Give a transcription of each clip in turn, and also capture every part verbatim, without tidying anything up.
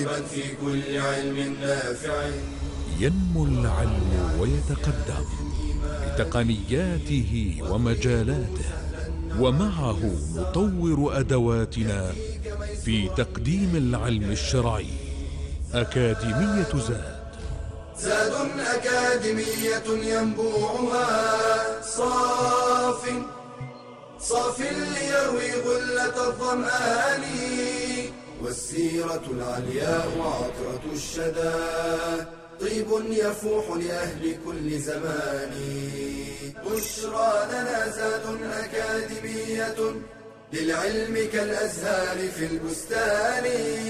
راغبا في كل علم نافع. ينمو العلم ويتقدم بتقنياته ومجالاته، ومعه نطور أدواتنا في تقديم العلم الشرعي. أكاديمية زاد زاد أكاديمية ينبوعها صاف صاف ليروي غلة الظمآن، والسيرة العلياء عطرة الشدى طيب يفوح لأهل كل زمان. بشرى لنا زاد أكاديمية للعلم كالأزهار في البستان.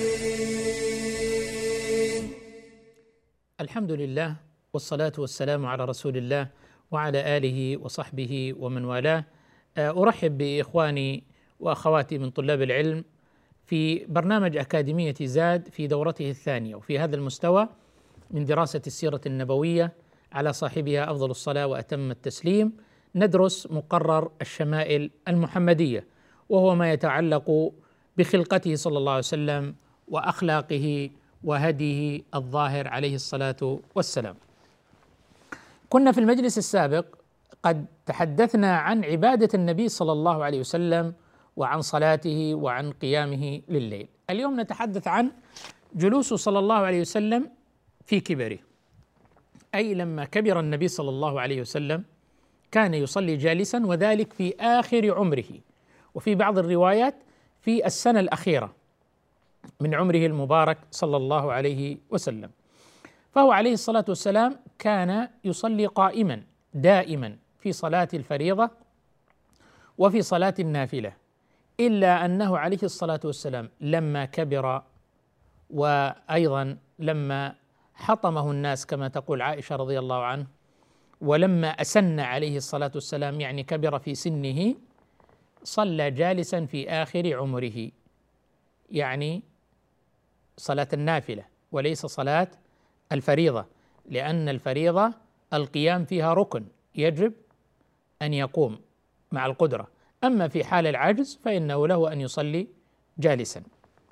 الحمد لله والصلاة والسلام على رسول الله وعلى آله وصحبه ومن والاه. أرحب بإخواني وأخواتي من طلاب العلم في برنامج أكاديمية زاد في دورته الثانية، وفي هذا المستوى من دراسة السيرة النبوية على صاحبها أفضل الصلاة وأتم التسليم ندرس مقرر الشمائل المحمدية، وهو ما يتعلق بخلقته صلى الله عليه وسلم وأخلاقه وهديه الظاهر عليه الصلاة والسلام. كنا في المجلس السابق قد تحدثنا عن عبادة النبي صلى الله عليه وسلم وعن صلاته وعن قيامه لليل. اليوم نتحدث عن جلوسه صلى الله عليه وسلم في كبره، أي لما كبر النبي صلى الله عليه وسلم كان يصلي جالسا، وذلك في آخر عمره، وفي بعض الروايات في السنة الأخيرة من عمره المبارك صلى الله عليه وسلم. فهو عليه الصلاة والسلام كان يصلي قائما دائما في صلاة الفريضة وفي صلاة النافلة، إلا أنه عليه الصلاة والسلام لما كبر وأيضا لما حطمه الناس كما تقول عائشة رضي الله عنه، ولما أسن عليه الصلاة والسلام يعني كبر في سنه، صلى جالسا في آخر عمره، يعني صلاة النافلة وليس صلاة الفريضة، لأن الفريضة القيام فيها ركن يجب أن يقوم مع القدرة، أما في حال العجز فإنه له أن يصلي جالسا.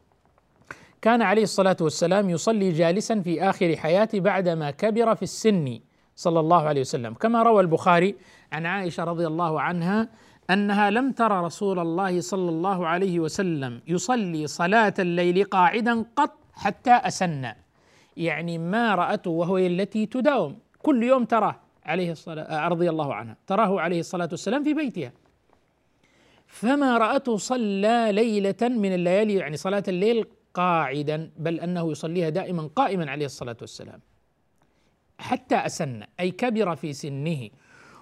كان عليه الصلاة والسلام يصلي جالسا في آخر حياته بعدما كبر في السن صلى الله عليه وسلم، كما روى البخاري عن عائشة رضي الله عنها أنها لم ترى رسول الله صلى الله عليه وسلم يصلي صلاة الليل قاعدا قط حتى أسن، يعني ما رأته وهو التي تداوم كل يوم تراه عليه الصلاة رضي الله عنها، تراه عليه الصلاة والسلام في بيتها، فما رأته صلى ليلة من الليالي يعني صلاة الليل قاعدا، بل أنه يصليها دائما قائما عليه الصلاة والسلام حتى أسن، أي كبر في سنه.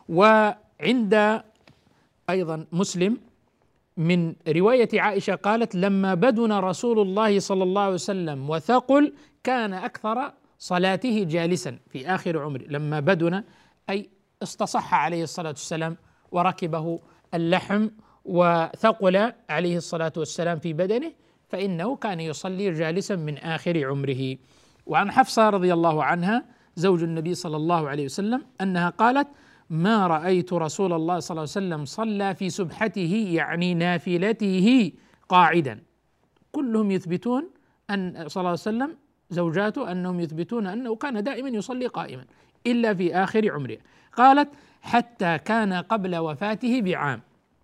وعند أيضا مسلم من رواية عائشة قالت: لما بدن رسول الله صلى الله عليه وسلم وثقل كان أكثر صلاته جالسا في آخر عمره. لما بدن أي استصح عليه الصلاة والسلام وركبه اللحم وثقل عليه الصلاة والسلام في بدنه، فإنه كان يصلي جالسا من آخر عمره. وعن حفصة رضي الله عنها زوج النبي صلى الله عليه وسلم أنها قالت: ما رأيت رسول الله صلى الله عليه وسلم صلى في سبحته يعني نافلته قاعدا. كلهم يثبتون أن صلى الله عليه وسلم زوجاته أنهم يثبتون أنه كان دائما يصلي قائما إلا في آخر عمره. قالت: حتى كان قبل وفاته بعام،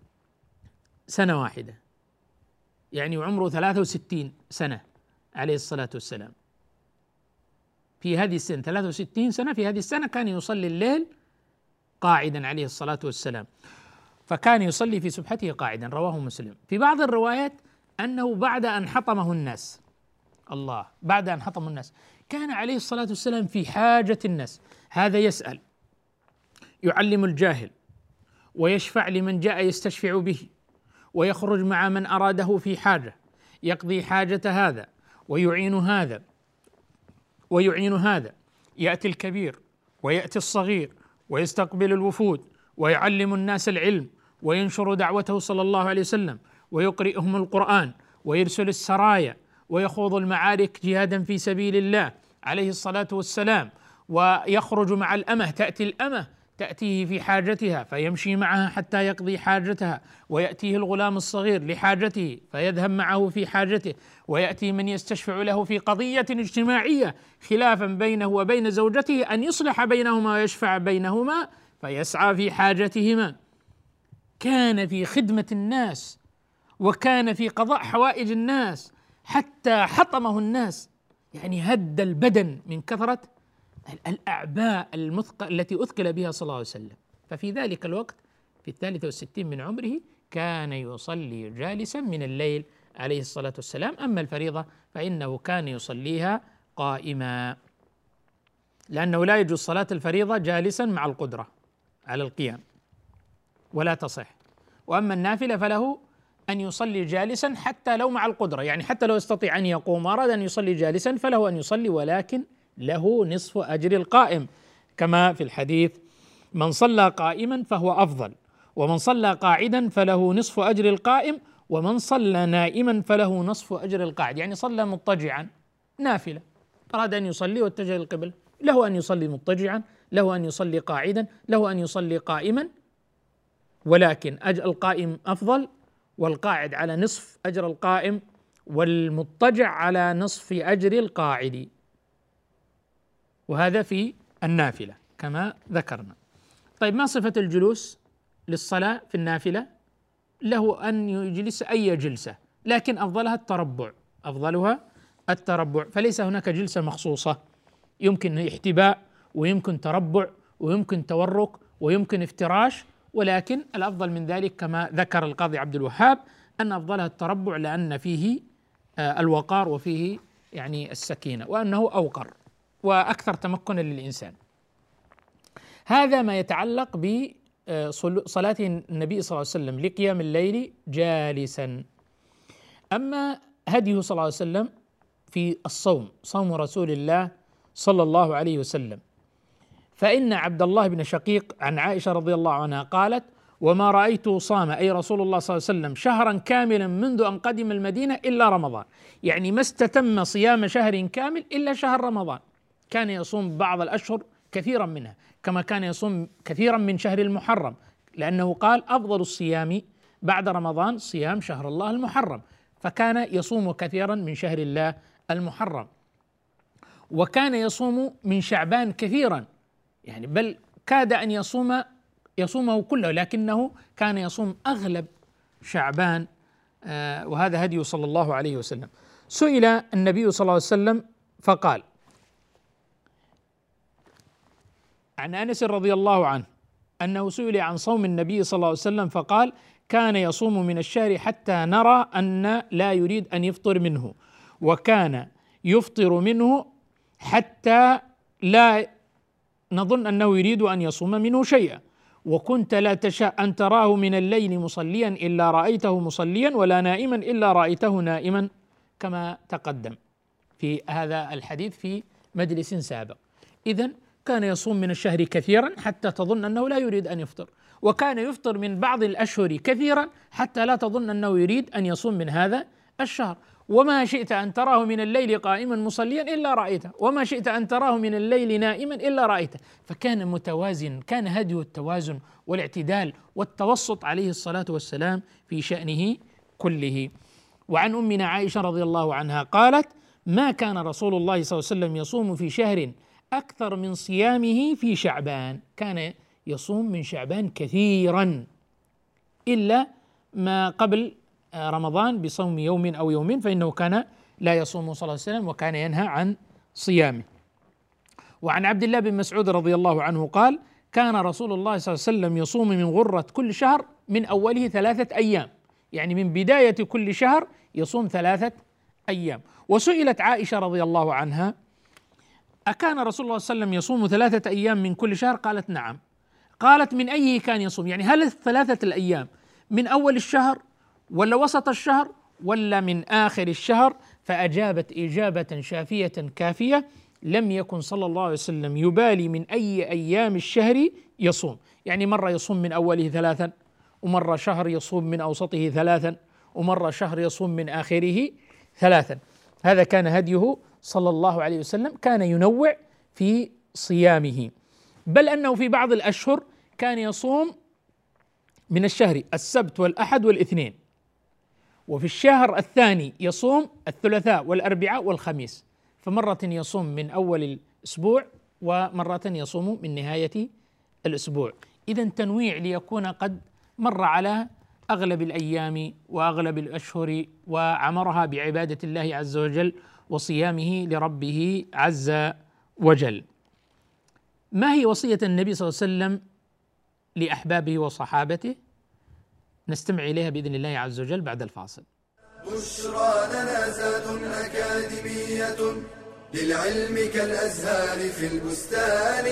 سنة واحدة، يعني عمره ثلاثة وستين سنة عليه الصلاة والسلام. في هذه السنة ثلاثة وستين سنة، في هذه السنة كان يصلي الليل قاعدا عليه الصلاة والسلام، فكان يصلي في سبحته قاعدا، رواه مسلم. في بعض الروايات أنه بعد أن حطمه الناس، الله، بعد أن حطمه الناس كان عليه الصلاة والسلام في حاجة الناس، هذا يسأل يعلم الجاهل ويشفع لمن جاء يستشفع به، ويخرج مع من أراده في حاجة، يقضي حاجة هذا ويعين هذا ويعين هذا، يأتي الكبير ويأتي الصغير ويستقبل الوفود ويعلم الناس العلم وينشر دعوته صلى الله عليه وسلم ويقرئهم القرآن ويرسل السرايا ويخوض المعارك جهادا في سبيل الله عليه الصلاة والسلام، ويخرج مع الأمة، تأتي الأمة تأتيه في حاجتها فيمشي معها حتى يقضي حاجتها، ويأتيه الغلام الصغير لحاجته فيذهب معه في حاجته، ويأتي من يستشفع له في قضية اجتماعية خلافا بينه وبين زوجته أن يصلح بينهما ويشفع بينهما فيسعى في حاجتهما. كان في خدمة الناس وكان في قضاء حوائج الناس حتى حطمه الناس، يعني هد البدن من كثرة الأعباء المثقل التي أثقل بها صلى الله عليه وسلم. ففي ذلك الوقت في الثالثة والستين من عمره كان يصلي جالسا من الليل عليه الصلاة والسلام. أما الفريضة فإنه كان يصليها قائما، لأنه لا يجوز صلاة الفريضة جالسا مع القدرة على القيام ولا تصح. وأما النافلة فله أن يصلي جالسا حتى لو مع القدرة، يعني حتى لو يستطيع أن يقوم وأراد أن يصلي جالسا فله أن يصلي، ولكن له نصف أجر القائم، كما في الحديث: من صلى قائما فهو أفضل، ومن صلى قاعدا فله نصف أجر القائم، ومن صلى نائما فله نصف أجر القاعد. يعني صلى مضطجعا نافلة، أراد أن يصلي واتجه القبلة، له أن يصلي مضطجعا، له أن يصلي قاعدا، له أن يصلي قائما، ولكن أجر القائم أفضل، والقاعد على نصف أجر القائم، والمضطجع على نصف أجر القاعد. وهذا في النافلة كما ذكرنا. طيب، ما صفة الجلوس للصلاة في النافلة؟ له أن يجلس أي جلسة، لكن أفضلها التربع، أفضلها التربع، فليس هناك جلسة مخصوصة، يمكن احتباء ويمكن تربع ويمكن تورك ويمكن افتراش، ولكن الأفضل من ذلك كما ذكر القاضي عبد الوهاب أن أفضلها التربع، لأن فيه الوقار وفيه يعني السكينة، وأنه أوقر وأكثر تمكنا للإنسان. هذا ما يتعلق بصلاة النبي صلى الله عليه وسلم لقيام الليل جالسا. أما هديه صلى الله عليه وسلم في الصوم، صوم رسول الله صلى الله عليه وسلم، فإن عبد الله بن شقيق عن عائشة رضي الله عنها قالت: وما رأيته صام، أي رسول الله صلى الله عليه وسلم، شهرا كاملا منذ أن قدم المدينة إلا رمضان، يعني ما استتم صيام شهر كامل إلا شهر رمضان. كان يصوم بعض الأشهر كثيرا منها، كما كان يصوم كثيرا من شهر المحرم، لأنه قال: أفضل الصيام بعد رمضان صيام شهر الله المحرم، فكان يصوم كثيرا من شهر الله المحرم. وكان يصوم من شعبان كثيرا، يعني بل كاد أن يصوم يصومه كله، لكنه كان يصوم أغلب شعبان، آه وهذا هديه صلى الله عليه وسلم. سئل النبي صلى الله عليه وسلم فقال عن أنس رضي الله عنه أنه سئل عن صوم النبي صلى الله عليه وسلم فقال: كان يصوم من الشهر حتى نرى أن لا يريد أن يفطر منه، وكان يفطر منه حتى لا نظن أنه يريد أن يصوم منه شيئا، وكنت لا تشاء أن تراه من الليل مصليا إلا رأيته مصليا، ولا نائما إلا رأيته نائما، كما تقدم في هذا الحديث في مجلس سابق. إذن كان يصوم من الشهر كثيرا حتى تظن أنه لا يريد أن يفطر، وكان يفطر من بعض الأشهر كثيرا حتى لا تظن أنه يريد أن يصوم من هذا الشهر. وما شئت أن تراه من الليل قائما مصليا إلا رأيته، وما شئت أن تراه من الليل نائما إلا رأيته. فكان متوازن، كان هديه التوازن والاعتدال والتوسط عليه الصلاة والسلام في شأنه كله. وعن أمنا عائشة رضي الله عنها قالت: ما كان رسول الله صلى الله عليه وسلم يصوم في شهر أكثر من صيامه في شعبان، كان يصوم من شعبان كثيرا إلا ما قبل رمضان بصوم يوم أو يومين، فإنه كان لا يصوم صلى الله عليه وسلم وكان ينهى عن صيامه. وعن عبد الله بن مسعود رضي الله عنه قال: كان رسول الله صلى الله عليه وسلم يصوم من غرة كل شهر من أوله ثلاثة أيام، يعني من بداية كل شهر يصوم ثلاثة أيام. وسئلت عائشة رضي الله عنها: أكان رسول الله صلى الله عليه وسلم يصوم ثلاثة أيام من كل شهر؟ قالت: نعم. قالت: من أيه كان يصوم؟ يعني هل الثلاثة الأيام من أول الشهر ولا وسط الشهر ولا من آخر الشهر؟ فأجابت إجابة شافية كافية: لم يكن صلى الله عليه وسلم يبالي من أي أيام الشهر يصوم، يعني مرة يصوم من أوله ثلاثا، ومرة شهر يصوم من أوسطه ثلاثا، ومرة شهر يصوم من آخره ثلاثا. هذا كان هديه صلى الله عليه وسلم، كان ينوع في صيامه. بل أنه في بعض الأشهر كان يصوم من الشهر السبت والأحد والاثنين، وفي الشهر الثاني يصوم الثلاثاء والأربعاء والخميس، فمرة يصوم من أول الأسبوع ومرة يصوم من نهاية الأسبوع. إذن تنويع ليكون قد مر على أغلب الأيام وأغلب الأشهر وعمرها بعبادة الله عز وجل وصيامه لربه عز وجل. ما هي وصية النبي صلى الله عليه وسلم لأحبابه وصحابته؟ نستمع إليها بإذن الله عز وجل بعد الفاصل. بشرى لنا زاد أكاديمية للعلم كالأزهار في البستان.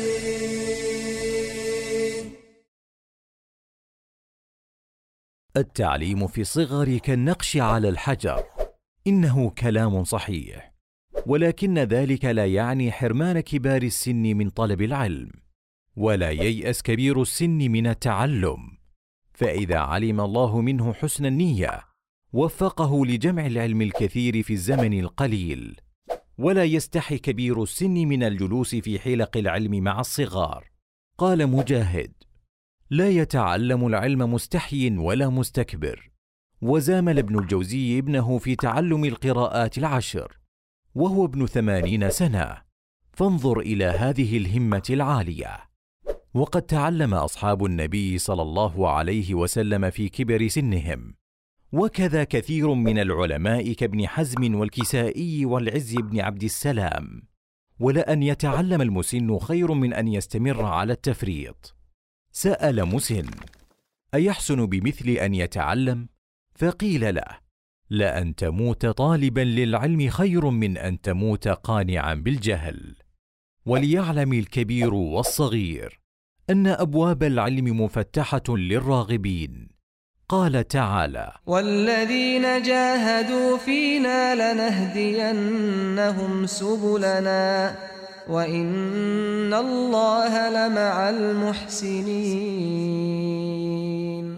التعليم في الصغر كالنقش على الحجر، إنه كلام صحيح، ولكن ذلك لا يعني حرمان كبار السن من طلب العلم، ولا ييأس كبير السن من التعلم، فإذا علم الله منه حسن النية وفقه لجمع العلم الكثير في الزمن القليل. ولا يستحي كبير السن من الجلوس في حلق العلم مع الصغار. قال مجاهد: لا يتعلم العلم مستحي ولا مستكبر. وزامل ابن الجوزي ابنه في تعلم القراءات العشر وهو ابن ثمانين سنة، فانظر إلى هذه الهمة العالية. وقد تعلم أصحاب النبي صلى الله عليه وسلم في كبر سنهم، وكذا كثير من العلماء كابن حزم والكسائي والعز بن عبد السلام. ولأن يتعلم المسن خير من أن يستمر على التفريط. سأل مسن: أيحسن بمثل أن يتعلم؟ فقيل له: لأن تموت طالبا للعلم خير من أن تموت قانعا بالجهل. وليعلم الكبير والصغير أن أبواب العلم مفتحة للراغبين. قال تعالى: والذين جاهدوا فينا لنهدينهم سبلنا وإن الله لمع المحسنين.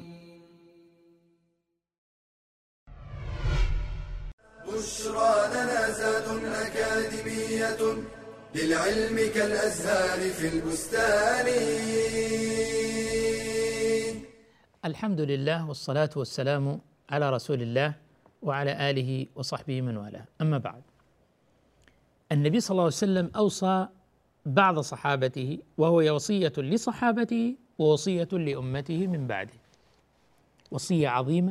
بشرى لنا زاد أكاديمية للعلم كالأزهار في البستان. الحمد لله والصلاة والسلام على رسول الله وعلى آله وصحبه من والاه، أما بعد. النبي صلى الله عليه وسلم أوصى بعض صحابته، وهو وصية لصحابته ووصية لأمته من بعده، وصية عظيمة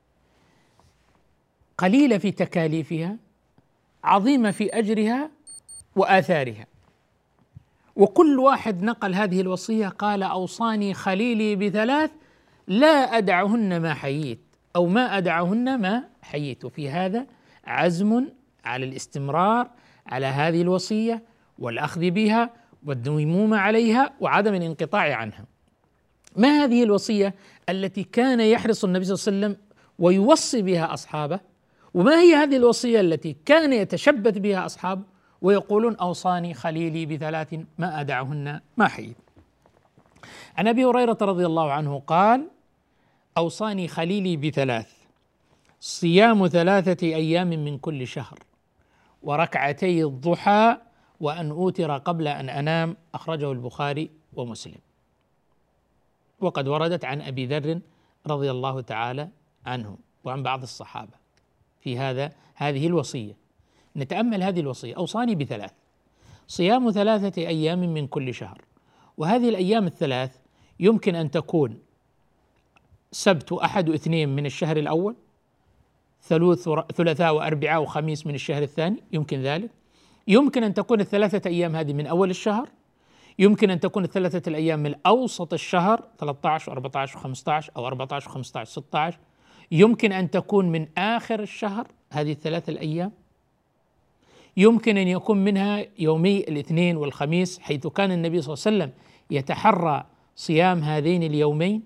قليلة في تكاليفها، عظيمة في أجرها وآثارها. وكل واحد نقل هذه الوصية قال: أوصاني خليلي بثلاث لا أدعهن ما حييت، أو ما أدعهن ما حييت. وفي هذا عزم على الاستمرار على هذه الوصية والأخذ بها والديمومة عليها وعدم الانقطاع عنها. ما هذه الوصية التي كان يحرص النبي صلى الله عليه وسلم ويوصي بها أصحابه؟ وما هي هذه الوصية التي كان يتشبث بها أصحابه ويقولون: أوصاني خليلي بثلاث ما أدعهن ما حييت؟ عن أبي هريرة رضي الله عنه قال: أوصاني خليلي بثلاث: صيام ثلاثة أيام من كل شهر، وركعتي الضحى، وأن أوتر قبل أن أنام. أخرجه البخاري ومسلم. وقد وردت عن أبي ذر رضي الله تعالى عنه وعن بعض الصحابة في هذا هذه الوصية. نتأمل هذه الوصية: أوصاني بثلاث: صيام ثلاثة أيام من كل شهر. وهذه الأيام الثلاث يمكن أن تكون سبت وأحد واثنين من الشهر الأول، ثلوث ثلاثاء وأربعاء وخميس من الشهر الثاني، يمكن ذلك. يمكن أن تكون الثلاثة أيام هذه من أول الشهر، يمكن أن تكون الثلاثة الأيام من أوسط الشهر، ثلاثة عشر وأربعة عشر وخمسة عشر، أو أربعة عشر وخمسة عشر ستة عشر. يمكن أن تكون من آخر الشهر هذه الثلاثة الأيام. يمكن أن يكون منها يومي الاثنين والخميس، حيث كان النبي صلى الله عليه وسلم يتحرى صيام هذين اليومين.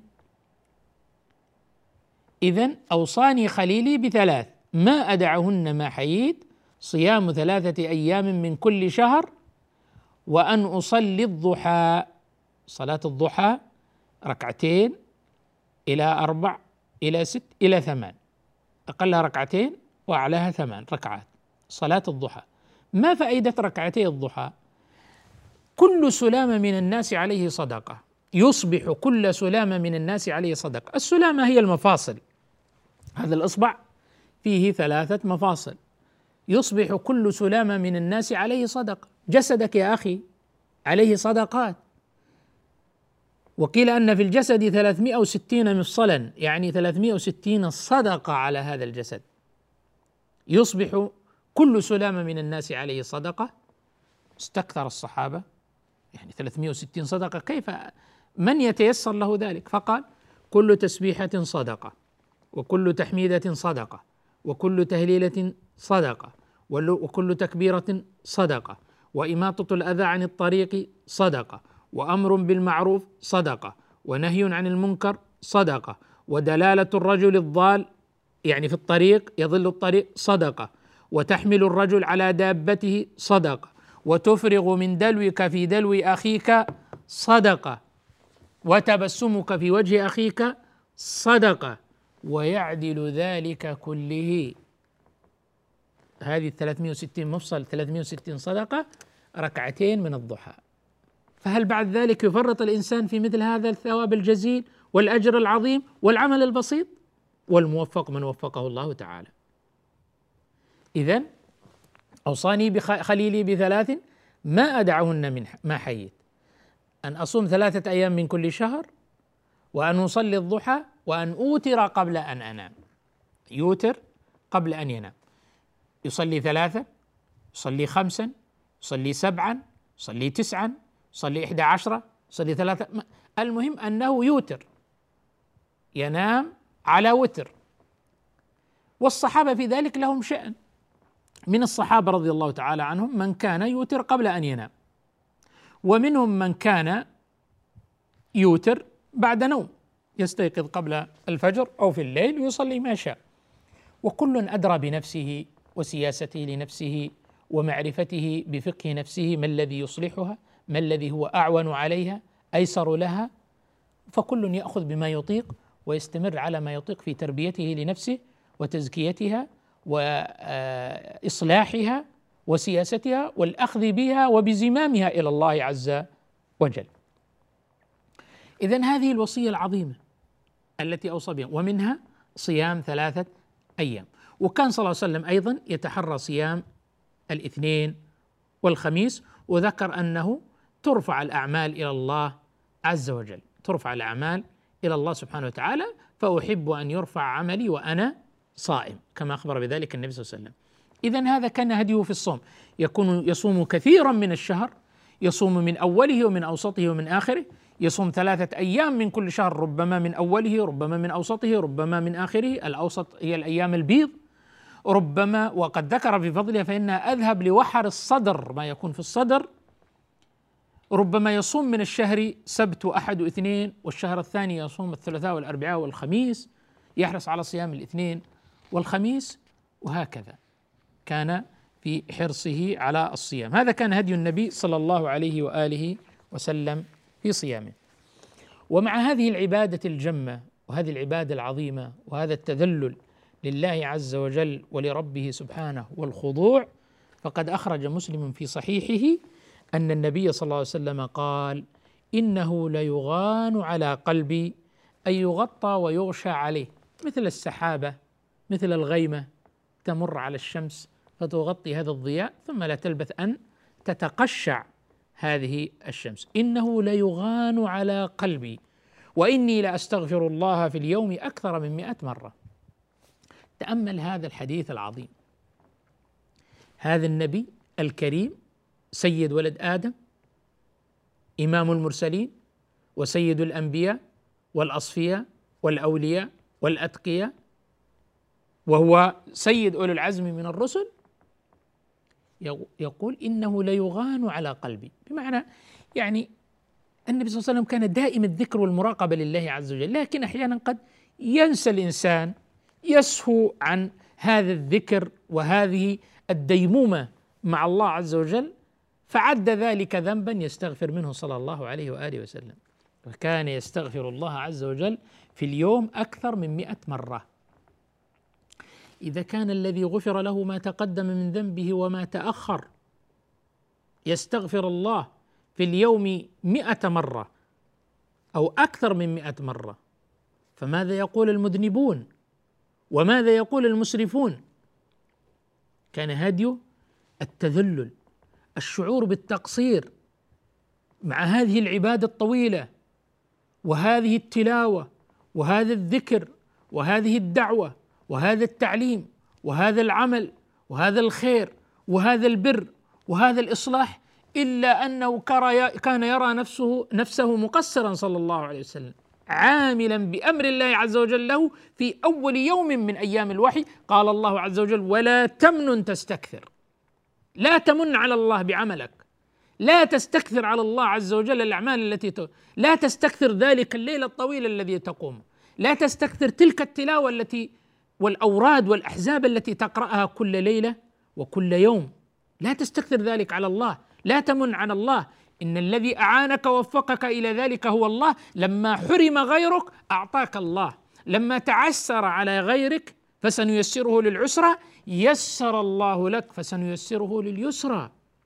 إذن أوصاني خليلي بثلاث ما أدعهن ما حييت: صيام ثلاثة أيام من كل شهر، وأن أصلي الضحى، صلاة الضحى ركعتين إلى أربع إلى ست إلى ثمان، أقلها ركعتين وأعلاها ثمان ركعات، صلاة الضحى. ما فائدة ركعتي الضحى؟ كل سلامة من الناس عليه صدقة، يصبح كل سلامة من الناس عليه صدقة. السلامة هي المفاصل، هذا الإصبع فيه ثلاثة مفاصل، يصبح كل سلامة من الناس عليه صدقة. جسدك يا أخي عليه صدقات، وقيل أن في الجسد ثلاثمائة وستين مفصلا، يعني ثلاثمائة وستين صدقة على هذا الجسد. يصبح كل سلامة من الناس عليه صدقة. استكثر الصحابة، يعني ثلاثمائة وستين صدقة، كيف من يتيسر له ذلك؟ فقال: كل تسبيحة صدقة، وكل تحميدة صدقة، وكل تهليلة صدقة، وكل تكبيرة صدقة، وإماطة الأذى عن الطريق صدقة، وأمر بالمعروف صدقة، ونهي عن المنكر صدقة، ودلالة الرجل الضال يعني في الطريق يضل الطريق صدقة، وتحمل الرجل على دابته صدقة، وتفرغ من دلوك في دلو أخيك صدقة، وتبسمك في وجه أخيك صدقة، ويعدل ذلك كله. هذه الثلاثمائة وستين مفصل، ثلاثمائة وستين صدقة، ركعتين من الضحى. فهل بعد ذلك يفرط الإنسان في مثل هذا الثواب الجزيل والأجر العظيم والعمل البسيط؟ والموفق من وفقه الله تعالى. إذن أوصاني بخليلي بثلاث ما أدعهن من ما حييت: أن أصوم ثلاثة أيام من كل شهر، وأن أصلي الضحى، وأن أوتر قبل أن أنام. يوتر قبل أن ينام، يصلي ثلاثة، يصلي خمسا، يصلي سبعا، يصلي تسعا، يصلي إحدى عشرة، يصلي ثلاثة، المهم أنه يوتر، ينام على وتر. والصحابة في ذلك لهم شأن. من الصحابة رضي الله تعالى عنهم من كان يوتر قبل أن ينام، ومنهم من كان يوتر بعد نوم، يستيقظ قبل الفجر أو في الليل ويصلي ما شاء. وكل أدرى بنفسه وسياسته لنفسه ومعرفته بفقه نفسه، ما الذي يصلحها، ما الذي هو أعون عليها، أيسر لها. فكل يأخذ بما يطيق ويستمر على ما يطيق في تربيته لنفسه وتزكيتها وإصلاحها وسياستها والأخذ بها وبزمامها إلى الله عز وجل. إذن هذه الوصية العظيمة التي أوصى بها، ومنها صيام ثلاثة أيام. وكان صلى الله عليه وسلم أيضا يتحرى صيام الاثنين والخميس، وذكر أنه ترفع الأعمال إلى الله عز وجل، ترفع الأعمال إلى الله سبحانه وتعالى، فأحب أن يرفع عملي وأنا صائم، كما أخبر بذلك النبي صلى الله عليه وسلم. إذن هذا كان هديه في الصوم، يكون يصوم كثيرا من الشهر، يصوم من أوله ومن أوسطه ومن آخره، يصوم ثلاثة أيام من كل شهر، ربما من أوله، ربما من أوسطه، ربما من آخره. الأوسط هي الأيام البيض، ربما وقد ذكر في فضلها فإنها أذهب لوحر الصدر، ما يكون في الصدر. ربما يصوم من الشهر سبت وأحد واثنين، والشهر الثاني يصوم الثلاثاء والأربعاء والخميس، يحرص على صيام الاثنين والخميس، وهكذا كان في حرصه على الصيام. هذا كان هدي النبي صلى الله عليه وآله وسلم في صيامه. ومع هذه العبادة الجمة وهذه العبادة العظيمة وهذا التذلل لله عز وجل ولربه سبحانه والخضوع، فقد أخرج مسلم في صحيحه أن النبي صلى الله عليه وسلم قال: إنه ليغان على قلبي، أن يغطى ويغشى عليه، مثل السحابة، مثل الغيمة تمر على الشمس فتغطي هذا الضياء ثم لا تلبث أن تتقشع هذه الشمس. إنه ليغان على قلبي، وإني لأستغفر الله في اليوم أكثر من مئة مرة. تأمل هذا الحديث العظيم. هذا النبي الكريم سيد ولد آدم، إمام المرسلين وسيد الأنبياء والأصفياء والأولياء والأتقياء، وهو سيد أولي العزم من الرسل، يقول: إنه ليغان على قلبي، بمعنى يعني النبي صلى الله عليه وسلم كان دائم الذكر والمراقبة لله عز وجل، لكن أحيانا قد ينسى الإنسان، يسهو عن هذا الذكر وهذه الديمومة مع الله عز وجل، فعد ذلك ذنبا يستغفر منه صلى الله عليه وآله وسلم. وكان يستغفر الله عز وجل في اليوم أكثر من مئة مرة. إذا كان الذي غفر له ما تقدم من ذنبه وما تأخر يستغفر الله في اليوم مئة مرة أو أكثر من مئة مرة، فماذا يقول المذنبون وماذا يقول المسرفون؟ كان هديه التذلل، الشعور بالتقصير مع هذه العبادة الطويلة وهذه التلاوة وهذا الذكر وهذه الدعوة وهذا التعليم وهذا العمل وهذا الخير وهذا البر وهذا الإصلاح، إلا أنه كان يرى نفسه نفسه مقصرا صلى الله عليه وسلم، عاملا بأمر الله عز وجل له في أول يوم من أيام الوحي. قال الله عز وجل: ولا تمنن تستكثر، لا تمن على الله بعملك، لا تستكثر على الله عز وجل الأعمال التي ت... لا تستكثر ذلك الليل الطويل الذي تقوم، لا تستكثر تلك التلاوة التي والأوراد والأحزاب التي تقرأها كل ليلة وكل يوم، لا تستكثر ذلك على الله، لا تمن على الله. إن الذي أعانك ووفقك إلى ذلك هو الله. لما حرم غيرك أعطاك الله، لما تعسر على غيرك فسنيسره للعسرى، يسر الله لك فسنيسره لليسرى.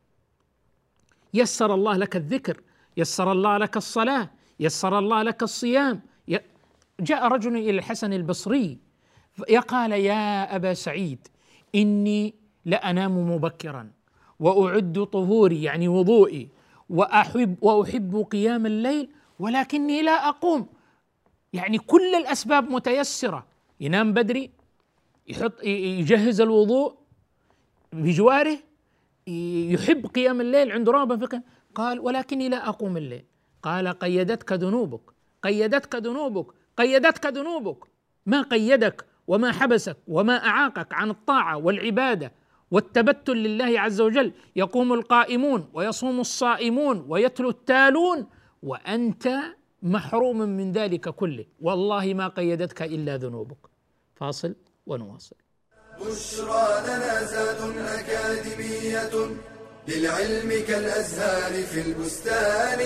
يسر الله لك الذكر، يسر الله لك الصلاة، يسر الله لك الصيام. جاء رجل إلى الحسن البصري يقال: يا أبا سعيد، إني لأنام مبكرا وأعد طهوري يعني وضوئي وأحب وأحب قيام الليل ولكني لا أقوم. يعني كل الأسباب متيسرة، ينام بدري، يحط يجهز الوضوء بجواره، يحب قيام الليل، عنده رغبة في قيام. قال: ولكني لا أقوم الليل. قال: قيدتك ذنوبك، قيدتك ذنوبك، قيدتك ذنوبك. ما قيدك وما حبسك وما أعاقك عن الطاعة والعبادة والتبتل لله عز وجل؟ يقوم القائمون ويصوم الصائمون ويتلو التالون وأنت محروم من ذلك كله، والله ما قيدتك إلا ذنوبك. فاصل ونواصل. بشرى لنا زاد أكاديمية للعلم كالأزهار في البستان.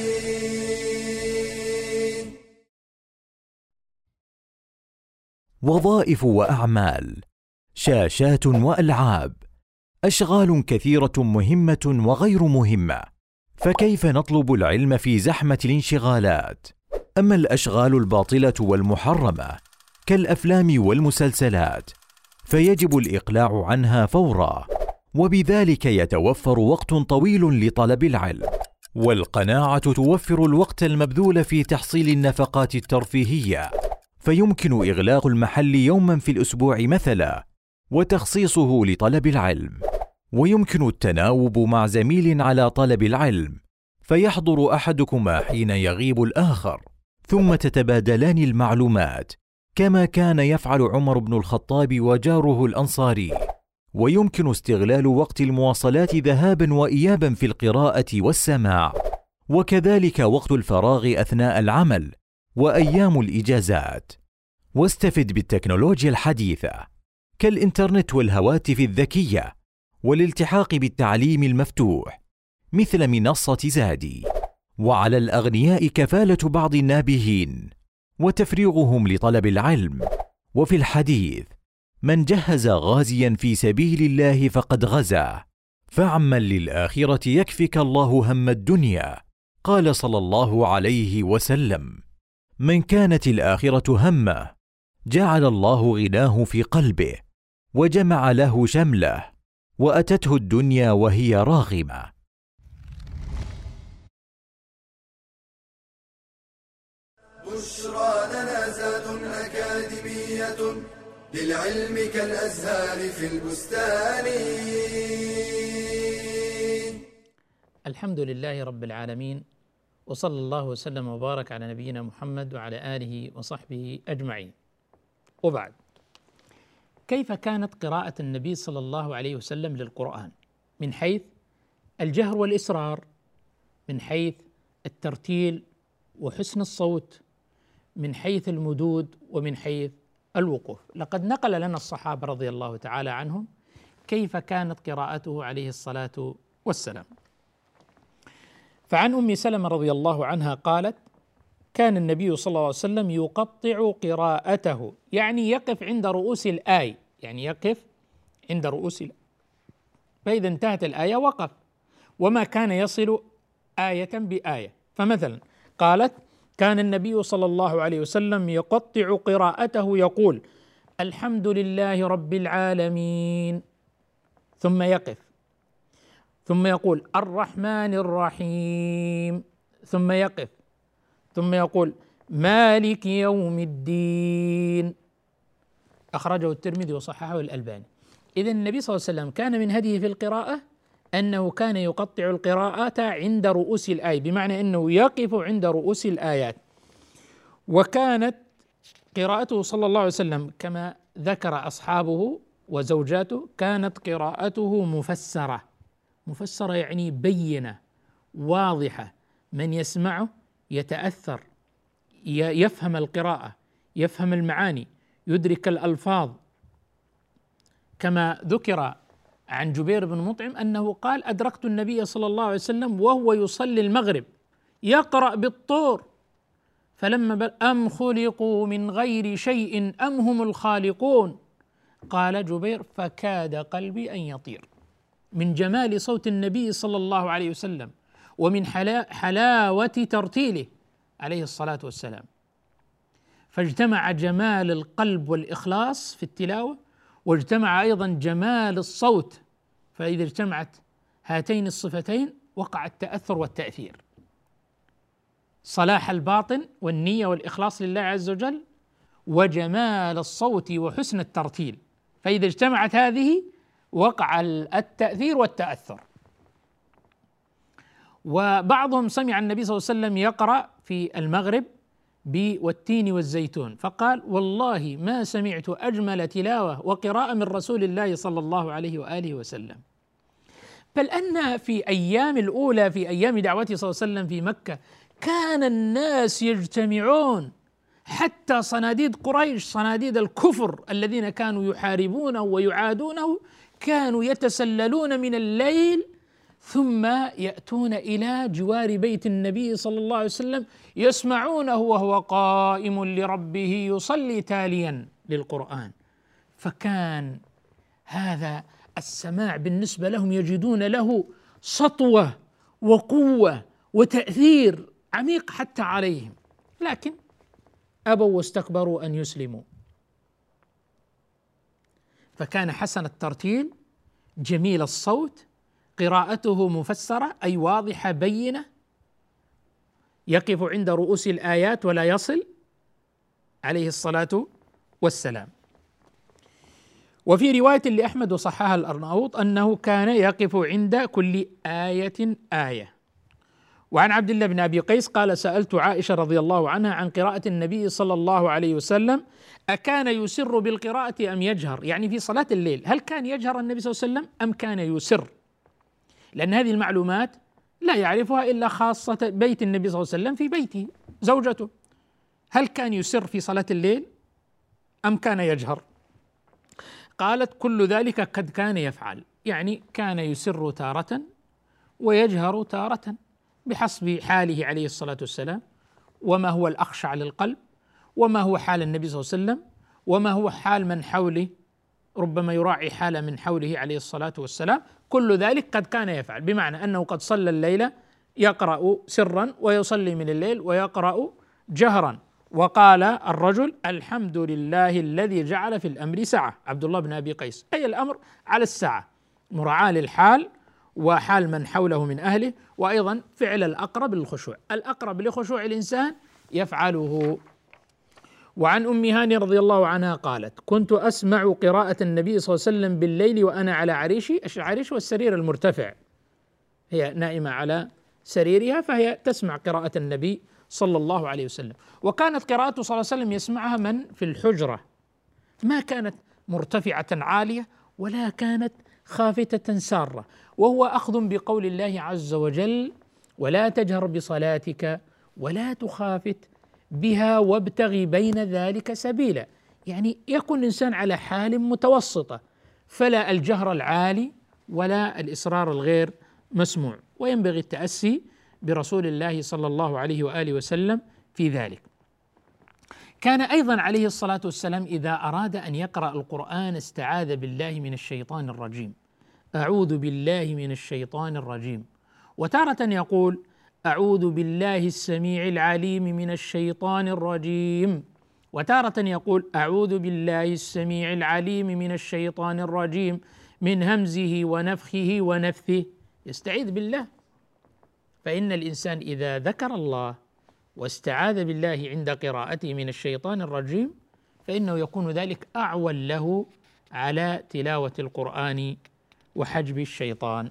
وظائف وأعمال، شاشات وألعاب، أشغال كثيرة مهمة وغير مهمة، فكيف نطلب العلم في زحمة الانشغالات؟ أما الأشغال الباطلة والمحرمة كالأفلام والمسلسلات فيجب الإقلاع عنها فورا، وبذلك يتوفر وقت طويل لطلب العلم. والقناعة توفر الوقت المبذول في تحصيل النفقات الترفيهية، فيمكن إغلاق المحل يوما في الأسبوع مثلا وتخصيصه لطلب العلم. ويمكن التناوب مع زميل على طلب العلم، فيحضر أحدكما حين يغيب الآخر، ثم تتبادلان المعلومات كما كان يفعل عمر بن الخطاب وجاره الأنصاري. ويمكن استغلال وقت المواصلات ذهابا وإيابا في القراءة والسماع، وكذلك وقت الفراغ أثناء العمل وأيام الإجازات. واستفد بالتكنولوجيا الحديثة كالإنترنت والهواتف الذكية والالتحاق بالتعليم المفتوح مثل منصة زادي. وعلى الأغنياء كفالة بعض النابهين وتفريغهم لطلب العلم. وفي الحديث: من جهز غازيا في سبيل الله فقد غزا، فاعمل للآخرة يكفك الله هم الدنيا. قال صلى الله عليه وسلم: من كانت الآخرة همه جعل الله غناه في قلبه وجمع له شمله وأتته الدنيا وهي راغمة. بشرى لنا زاد أكاديمية للعلم كالأزهار في البستان. الحمد لله رب العالمين، وصلى الله وسلم وبارك على نبينا محمد وعلى آله وصحبه أجمعين. وبعد، كيف كانت قراءة النبي صلى الله عليه وسلم للقرآن من حيث الجهر والإسرار، من حيث الترتيل وحسن الصوت، من حيث المدود، ومن حيث الوقوف؟ لقد نقل لنا الصحابة رضي الله تعالى عنهم كيف كانت قراءته عليه الصلاة والسلام. فعن أم سلمة رضي الله عنها قالت: كان النبي صلى الله عليه وسلم يقطع قراءته، يعني يقف عند رؤوس الآية، يعني يقف عند رؤوس الآية، فإذا انتهت الآية وقف، وما كان يصل آية بآية. فمثلا قالت: كان النبي صلى الله عليه وسلم يقطع قراءته يقول: الحمد لله رب العالمين، ثم يقف، ثم يقول: الرحمن الرحيم، ثم يقف، ثم يقول: مالك يوم الدين. أخرجه الترمذي وصححه الألباني. إذن النبي صلى الله عليه وسلم كان من هديه في القراءة أنه كان يقطع القراءة عند رؤوس الآية، بمعنى أنه يقف عند رؤوس الآيات. وكانت قراءته صلى الله عليه وسلم كما ذكر أصحابه وزوجاته كانت قراءته مفسرة. مفسرة يعني بينة واضحة، من يسمعه يتأثر، يفهم القراءة، يفهم المعاني، يدرك الألفاظ. كما ذكر عن جبير بن مطعم أنه قال: أدركت النبي صلى الله عليه وسلم وهو يصلي المغرب يقرأ بالطور، فلما بل أم خلقوا من غير شيء أم هم الخالقون، قال جبير: فكاد قلبي أن يطير، من جمال صوت النبي صلى الله عليه وسلم ومن حلا حلاوة ترتيله عليه الصلاة والسلام. فاجتمع جمال القلب والإخلاص في التلاوة، واجتمع أيضا جمال الصوت، فإذا اجتمعت هاتين الصفتين وقع التأثر والتأثير، صلاح الباطن والنية والإخلاص لله عز وجل، وجمال الصوت وحسن الترتيل، فإذا اجتمعت هذه وقع التأثير والتأثر. وبعضهم سمع النبي صلى الله عليه وسلم يقرأ في المغرب والتين والزيتون، فقال: والله ما سمعت أجمل تلاوة وقراءة من رسول الله صلى الله عليه وآله وسلم. بل أن في أيام الأولى، في أيام دعوته صلى الله عليه وسلم في مكة، كان الناس يجتمعون، حتى صناديد قريش، صناديد الكفر الذين كانوا يحاربونه ويعادونه، كانوا يتسللون من الليل ثم يأتون إلى جوار بيت النبي صلى الله عليه وسلم يسمعونه وهو قائم لربه يصلي تاليا للقرآن. فكان هذا السماع بالنسبة لهم يجدون له سطوة وقوة وتأثير عميق حتى عليهم، لكن أبوا واستكبروا أن يسلموا. فكان حسن الترتيل، جميل الصوت، قراءته مفسرة أي واضحة بينة، يقف عند رؤوس الآيات ولا يصل عليه الصلاة والسلام. وفي رواية لأحمد وصححها الأرناؤوط أنه كان يقف عند كل آية آية. وعن عبد الله بن أبي قيس قال: سألت عائشة رضي الله عنها عن قراءة النبي صلى الله عليه وسلم أكان يسر بالقراءة أم يجهر، يعني في صلاة الليل هل كان يجهر النبي صلى الله عليه وسلم أم كان يسر؟ لأن هذه المعلومات لا يعرفها إلا خاصة بيت النبي صلى الله عليه وسلم، في بيته زوجته، هل كان يسر في صلاة الليل أم كان يجهر؟ قالت: كل ذلك قد كان يفعل، يعني كان يسر تارة ويجهر تارة بحسب حاله عليه الصلاة والسلام، وما هو الأخشع للقلب، وما هو حال النبي صلى الله عليه وسلم، وما هو حال من حوله، ربما يراعي حال من حوله عليه الصلاة والسلام. كل ذلك قد كان يفعل، بمعنى أنه قد صلى الليلة يقرأ سرا ويصلي من الليل ويقرأ جهرا. وقال الرجل: الحمد لله الذي جعل في الأمر سعة، عبد الله بن أبي قيس، أي الأمر على السعة، مراعاة للحال وحال من حوله من أهله، وأيضا فعل الأقرب للخشوع، الأقرب لخشوع الإنسان يفعله. وعن أم هاني رضي الله عنها قالت: كنت أسمع قراءة النبي صلى الله عليه وسلم بالليل وأنا على عريشي، العريش والسرير المرتفع، هي نائمة على سريرها فهي تسمع قراءة النبي صلى الله عليه وسلم. وكانت قراءته صلى الله عليه وسلم يسمعها من في الحجرة، ما كانت مرتفعة عالية ولا كانت خافتة سارة، وهو أخذ بقول الله عز وجل: ولا تجهر بصلاتك ولا تخافت بها وابتغي بين ذلك سبيلا، يعني يكون الإنسان على حال متوسطة، فلا الجهر العالي ولا الإصرار الغير مسموع، وينبغي التأسي برسول الله صلى الله عليه وآله وسلم في ذلك. كان أيضا عليه الصلاة والسلام إذا أراد أن يقرأ القرآن استعاذ بالله من الشيطان الرجيم، أعوذ بالله من الشيطان الرجيم، وتارة يقول: أعوذ بالله السميع العليم من الشيطان الرجيم، وتارة يقول أعوذ بالله السميع العليم من الشيطان الرجيم من همزه ونفخه ونفثه، يستعيذ بالله. فإن الإنسان إذا ذكر الله واستعاذ بالله عند قراءته من الشيطان الرجيم فإنه يكون ذلك أعول له على تلاوة القرآن وحجب الشيطان.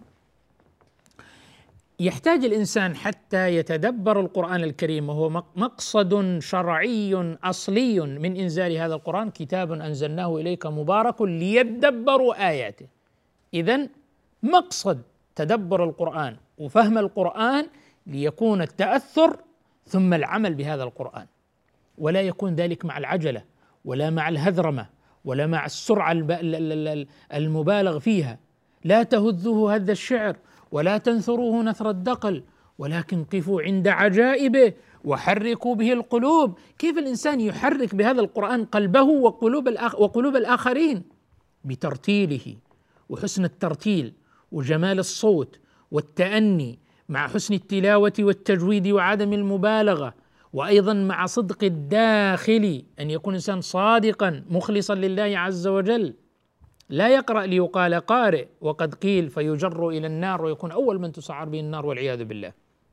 يحتاج الإنسان حتى يتدبر القرآن الكريم، وهو مقصد شرعي أصلي من إنزال هذا القرآن، كتاب أنزلناه إليك مبارك ليدبروا آياته. إذن مقصد تدبر القرآن وفهم القرآن ليكون التأثر ثم العمل بهذا القرآن، ولا يكون ذلك مع العجلة ولا مع الهذرمة ولا مع السرعة المبالغ فيها. لا تهذوه هذ الشعر ولا تنثروه نثر الدقل، ولكن قفوا عند عجائبه وحركوا به القلوب. كيف الإنسان يحرك بهذا القرآن قلبه وقلوب الآخ وقلوب الآخرين؟ بترتيله وحسن الترتيل وجمال الصوت والتأني مع حسن التلاوة والتجويد وعدم المبالغة، وأيضا مع صدق الداخل، أن يكون إنسان صادقا مخلصا لله عز وجل، لا يقرأ ليقال قارئ وقد قيل فيجر إلى النار ويكون أول من تسعر به النار والعياذ بالله.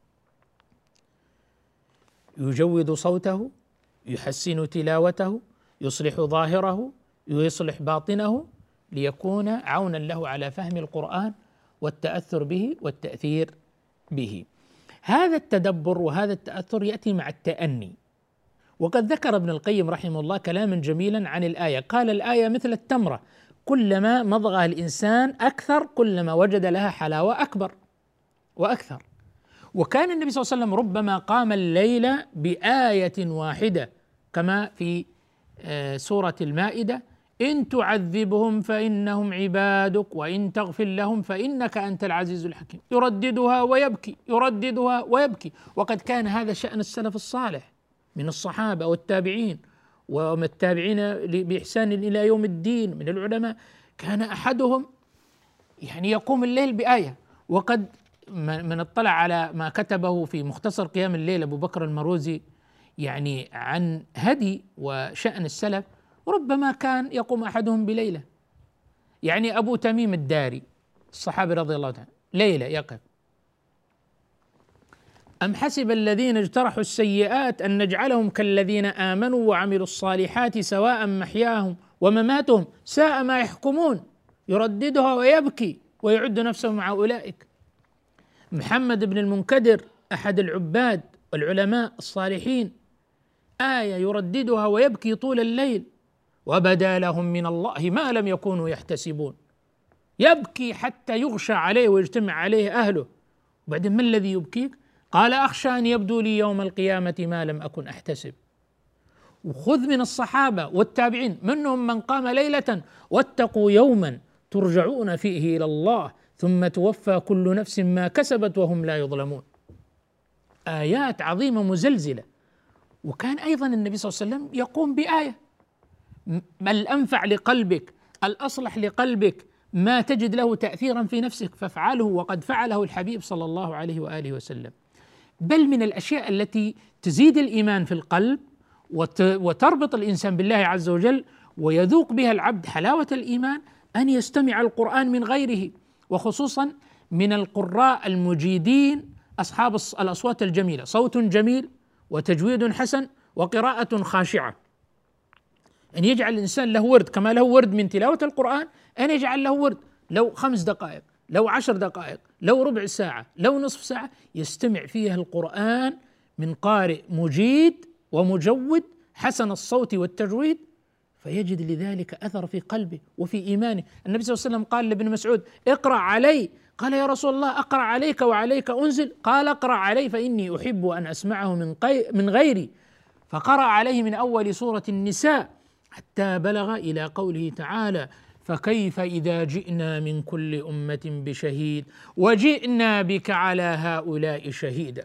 يجود صوته، يحسن تلاوته، يصلح ظاهره، يصلح باطنه، ليكون عونا له على فهم القرآن والتأثر به والتأثير به. هذا التدبر وهذا التأثر يأتي مع التأني. وقد ذكر ابن القيم رحمه الله كلاما جميلا عن الآية، قال الآية مثل التمرة، كلما مضغها الإنسان أكثر كلما وجد لها حلاوة أكبر وأكثر. وكان النبي صلى الله عليه وسلم ربما قام الليل بآية واحدة، كما في سورة المائدة: إن تعذبهم فإنهم عبادك وإن تغفر لهم فإنك أنت العزيز الحكيم، يرددها ويبكي يرددها ويبكي. وقد كان هذا شأن السلف الصالح من الصحابة والتابعين ومن التابعين بإحسان إلى يوم الدين من العلماء، كان أحدهم يعني يقوم الليل بآية. وقد من اطلع على ما كتبه في مختصر قيام الليل أبو بكر المروزي يعني عن هدي وشأن السلف، ربما كان يقوم أحدهم بليلة. يعني أبو تميم الداري الصحابي رضي الله عنه ليلة يقف: أم حسب الذين اجترحوا السيئات أن نجعلهم كالذين آمنوا وعملوا الصالحات سواء محياهم ومماتهم ساء ما يحكمون، يرددها ويبكي ويعد نفسه مع أولئك. محمد بن المنكدر أحد العباد والعلماء الصالحين، آية يرددها ويبكي طول الليل: وبدا لهم من الله ما لم يكونوا يحتسبون، يبكي حتى يغشى عليه ويجتمع عليه أهله. وبعدين ما الذي يبكيك؟ قال: أخشى أن يبدو لي يوم القيامة ما لم أكن أحتسب. وخذ من الصحابة والتابعين منهم من قام ليلة: واتقوا يوما ترجعون فيه إلى الله ثم توفى كل نفس ما كسبت وهم لا يظلمون. آيات عظيمة مزلزلة. وكان أيضا النبي صلى الله عليه وسلم يقوم بآية، ما الأنفع لقلبك الأصلح لقلبك ما تجد له تأثيرا في نفسك فافعله، وقد فعله الحبيب صلى الله عليه وآله وسلم. بل من الأشياء التي تزيد الإيمان في القلب وتربط الإنسان بالله عز وجل ويذوق بها العبد حلاوة الإيمان أن يستمع القرآن من غيره، وخصوصا من القراء المجيدين أصحاب الأصوات الجميلة، صوت جميل وتجويد حسن وقراءة خاشعة. أن يجعل الإنسان له ورد، كما له ورد من تلاوة القرآن، أن يجعل له ورد لو خمس دقائق، لو عشر دقائق، لو ربع ساعة، لو نصف ساعة، يستمع فيها القرآن من قارئ مجيد ومجود حسن الصوت والتجويد، فيجد لذلك أثر في قلبه وفي إيمانه. النبي صلى الله عليه وسلم قال لابن مسعود: اقرأ علي. قال: يا رسول الله أقرأ عليك وعليك أنزل؟ قال: اقرأ علي فإني أحب أن أسمعه من, من غيري. فقرأ عليه من أول سورة النساء حتى بلغ إلى قوله تعالى: فكيف إذا جئنا من كل أمة بشهيد وجئنا بك على هؤلاء شهيدا.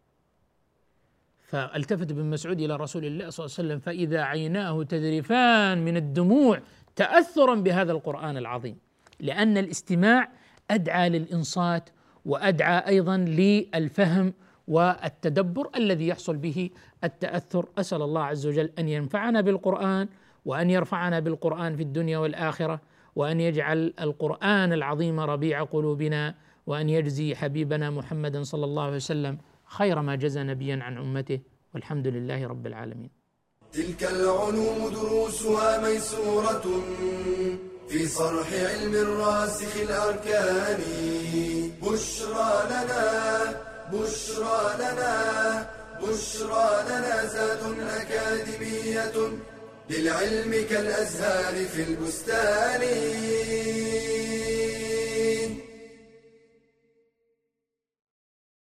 فالتفت ابن مسعود إلى رسول الله صلى الله عليه وسلم فإذا عيناه تذرفان من الدموع تأثرا بهذا القرآن العظيم، لأن الاستماع أدعى للإنصات وأدعى أيضا للفهم والتدبر الذي يحصل به التأثر. أسأل الله عز وجل أن ينفعنا بالقرآن، وأن يرفعنا بالقرآن في الدنيا والآخرة، وأن يجعل القرآن العظيم ربيع قلوبنا، وأن يجزي حبيبنا محمدا صلى الله عليه وسلم خير ما جزى نبيا عن أمته، والحمد لله رب العالمين. تلك العلوم دروسها ميسورة في صرح علم الراسخ الأركان. بشرى لنا بشرى لنا بشرى لنا زاد أكاديمية للعلم كالأزهار في البستان.